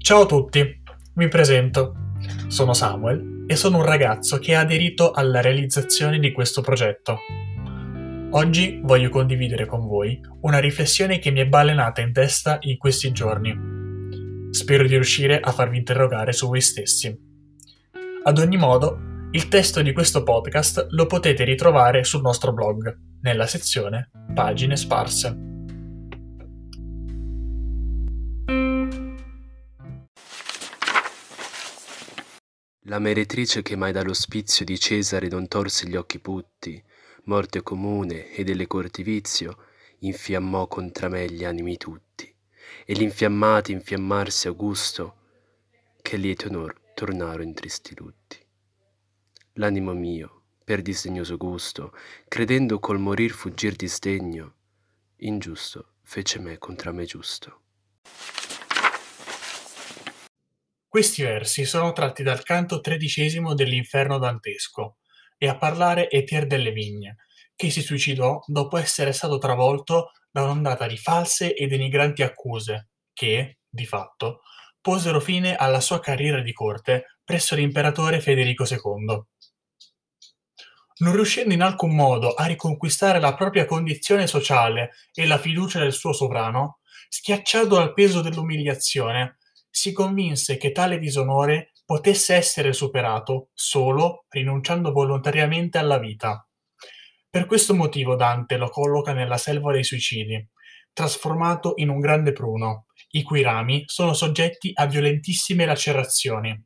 Ciao a tutti, mi presento. Sono Samuel e sono un ragazzo che ha aderito alla realizzazione di questo progetto. Oggi voglio condividere con voi una riflessione che mi è balenata in testa in questi giorni. Spero di riuscire a farvi interrogare su voi stessi. Ad ogni modo, il testo di questo podcast lo potete ritrovare sul nostro blog, nella sezione Pagine sparse. La meretrice che mai dall'ospizio di Cesare non torse gli occhi putti, morte comune e delle corti vizio, infiammò contra me gli animi tutti, e l'infiammati infiammarsi Augusto, che liete onor tornaro in tristi lutti. L'animo mio, per disdegnoso gusto, credendo col morir fuggir di sdegno, ingiusto fece me contra me giusto. Questi versi sono tratti dal canto 13 dell'Inferno dantesco e a parlare è Pier delle Vigne, che si suicidò dopo essere stato travolto da un'ondata di false e denigranti accuse che, di fatto, posero fine alla sua carriera di corte presso l'imperatore Federico II. Non riuscendo in alcun modo a riconquistare la propria condizione sociale e la fiducia del suo sovrano, schiacciato dal peso dell'umiliazione, si convinse che tale disonore potesse essere superato solo rinunciando volontariamente alla vita. Per questo motivo Dante lo colloca nella selva dei suicidi, trasformato in un grande pruno, i cui rami sono soggetti a violentissime lacerazioni.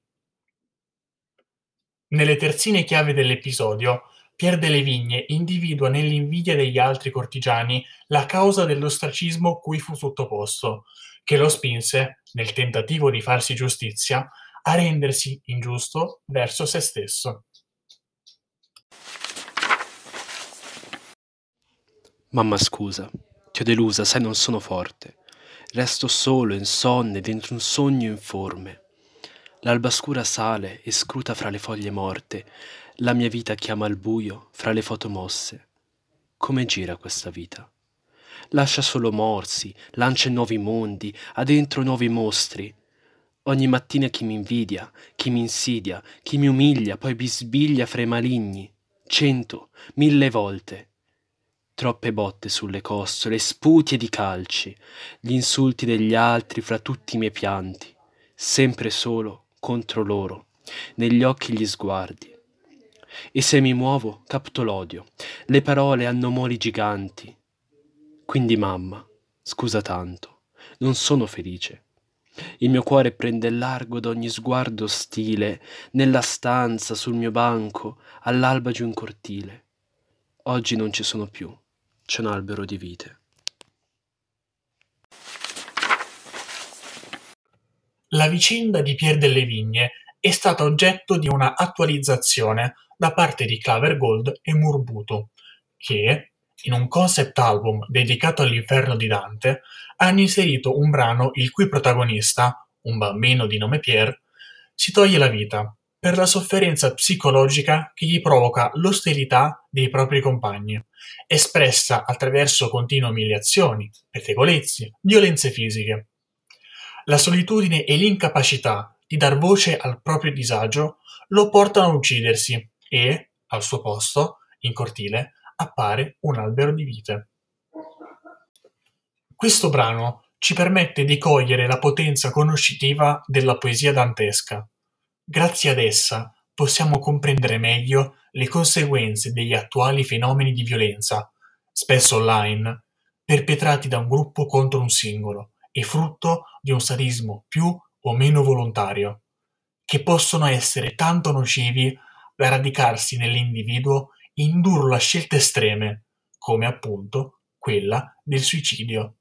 Nelle terzine chiave dell'episodio, Pier delle Vigne individua nell'invidia degli altri cortigiani la causa dell'ostracismo cui fu sottoposto, che lo spinse, nel tentativo di farsi giustizia, a rendersi ingiusto verso se stesso. Mamma scusa, ti ho delusa, sai non sono forte. Resto solo, insonne, dentro un sogno informe. L'alba scura sale e scruta fra le foglie morte. La mia vita chiama al buio fra le foto mosse. Come gira questa vita? Lascia solo morsi, lancia in nuovi mondi, ha dentro nuovi mostri. Ogni mattina chi mi invidia, chi mi insidia, chi mi umilia, poi bisbiglia fra i maligni. 100, 1000 volte. Troppe botte sulle costole, sputi e di calci, gli insulti degli altri fra tutti i miei pianti, sempre solo contro loro, negli occhi gli sguardi. E se mi muovo, capto l'odio, le parole hanno moli giganti. Quindi mamma, scusa tanto, non sono felice. Il mio cuore prende largo d'ogni sguardo ostile, nella stanza, sul mio banco, all'alba giù in cortile. Oggi non ci sono più. C'è un albero di vite. La vicenda di Pier delle Vigne è stata oggetto di una attualizzazione da parte di Claver Gold e Murbuto, che, in un concept album dedicato all'Inferno di Dante, hanno inserito un brano il cui protagonista, un bambino di nome Pierre, si toglie la vita per la sofferenza psicologica che gli provoca l'ostilità dei propri compagni, espressa attraverso continue umiliazioni, pettegolezzi, violenze fisiche. La solitudine e l'incapacità di dar voce al proprio disagio lo portano a uccidersi e, al suo posto, in cortile, appare un albero di vite. Questo brano ci permette di cogliere la potenza conoscitiva della poesia dantesca. Grazie ad essa possiamo comprendere meglio le conseguenze degli attuali fenomeni di violenza, spesso online, perpetrati da un gruppo contro un singolo e frutto di un sadismo più o meno volontario, che possono essere tanto nocivi da radicarsi nell'individuo e indurlo a scelte estreme, come appunto quella del suicidio.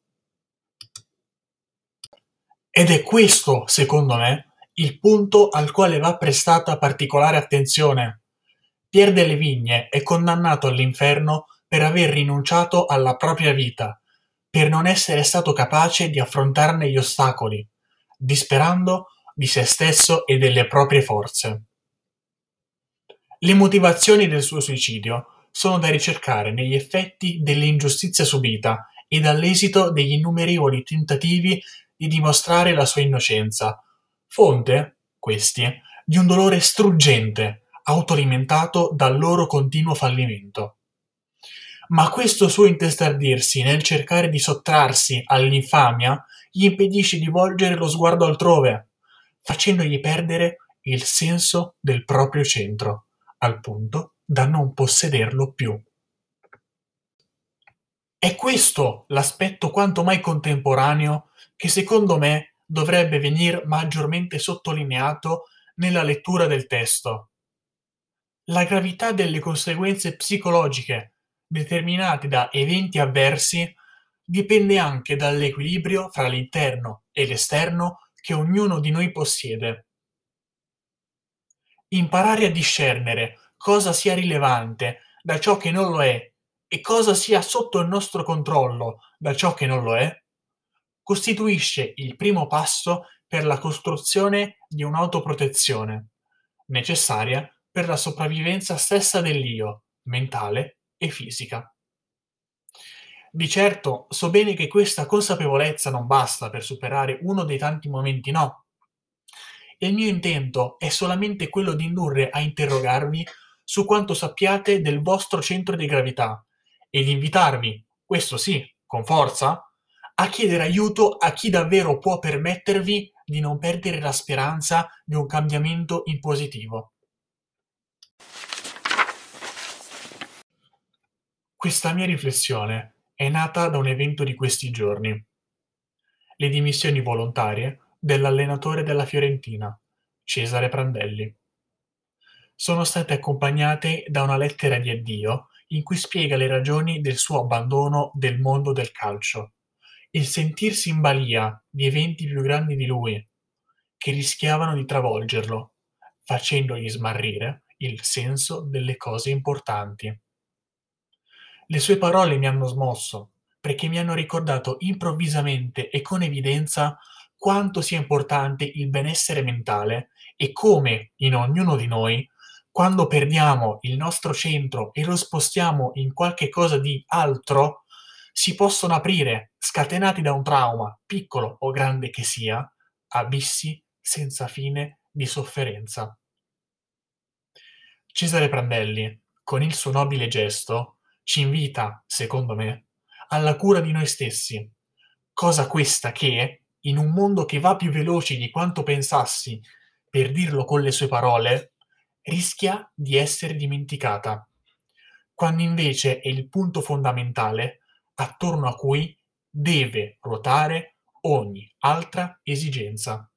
Ed è questo, secondo me, il punto al quale va prestata particolare attenzione. Pier delle Vigne è condannato all'inferno per aver rinunciato alla propria vita, per non essere stato capace di affrontarne gli ostacoli, disperando di se stesso e delle proprie forze. Le motivazioni del suo suicidio sono da ricercare negli effetti dell'ingiustizia subita e dall'esito degli innumerevoli tentativi di dimostrare la sua innocenza, Fonte, questi, di un dolore struggente, autoalimentato dal loro continuo fallimento. Ma questo suo intestardirsi nel cercare di sottrarsi all'infamia gli impedisce di volgere lo sguardo altrove, facendogli perdere il senso del proprio centro, al punto da non possederlo più. È questo l'aspetto quanto mai contemporaneo che secondo me dovrebbe venir maggiormente sottolineato nella lettura del testo. La gravità delle conseguenze psicologiche determinate da eventi avversi dipende anche dall'equilibrio fra l'interno e l'esterno che ognuno di noi possiede. Imparare a discernere cosa sia rilevante da ciò che non lo è e cosa sia sotto il nostro controllo da ciò che non lo è, costituisce il primo passo per la costruzione di un'autoprotezione, necessaria per la sopravvivenza stessa dell'io, mentale e fisica. Di certo, so bene che questa consapevolezza non basta per superare uno dei tanti momenti no. Il mio intento è solamente quello di indurre a interrogarvi su quanto sappiate del vostro centro di gravità e di invitarvi, questo sì, con forza, a chiedere aiuto a chi davvero può permettervi di non perdere la speranza di un cambiamento in positivo. Questa mia riflessione è nata da un evento di questi giorni: le dimissioni volontarie dell'allenatore della Fiorentina, Cesare Prandelli. Sono state accompagnate da una lettera di addio in cui spiega le ragioni del suo abbandono del mondo del calcio, il sentirsi in balia di eventi più grandi di lui, che rischiavano di travolgerlo, facendogli smarrire il senso delle cose importanti. Le sue parole mi hanno smosso, perché mi hanno ricordato improvvisamente e con evidenza quanto sia importante il benessere mentale e come in ognuno di noi, quando perdiamo il nostro centro e lo spostiamo in qualche cosa di altro, si possono aprire, scatenati da un trauma, piccolo o grande che sia, abissi senza fine di sofferenza. Cesare Prandelli, con il suo nobile gesto, ci invita, secondo me, alla cura di noi stessi, cosa questa che, in un mondo che va più veloce di quanto pensassi, per dirlo con le sue parole, rischia di essere dimenticata, quando invece è il punto fondamentale attorno a cui deve ruotare ogni altra esigenza.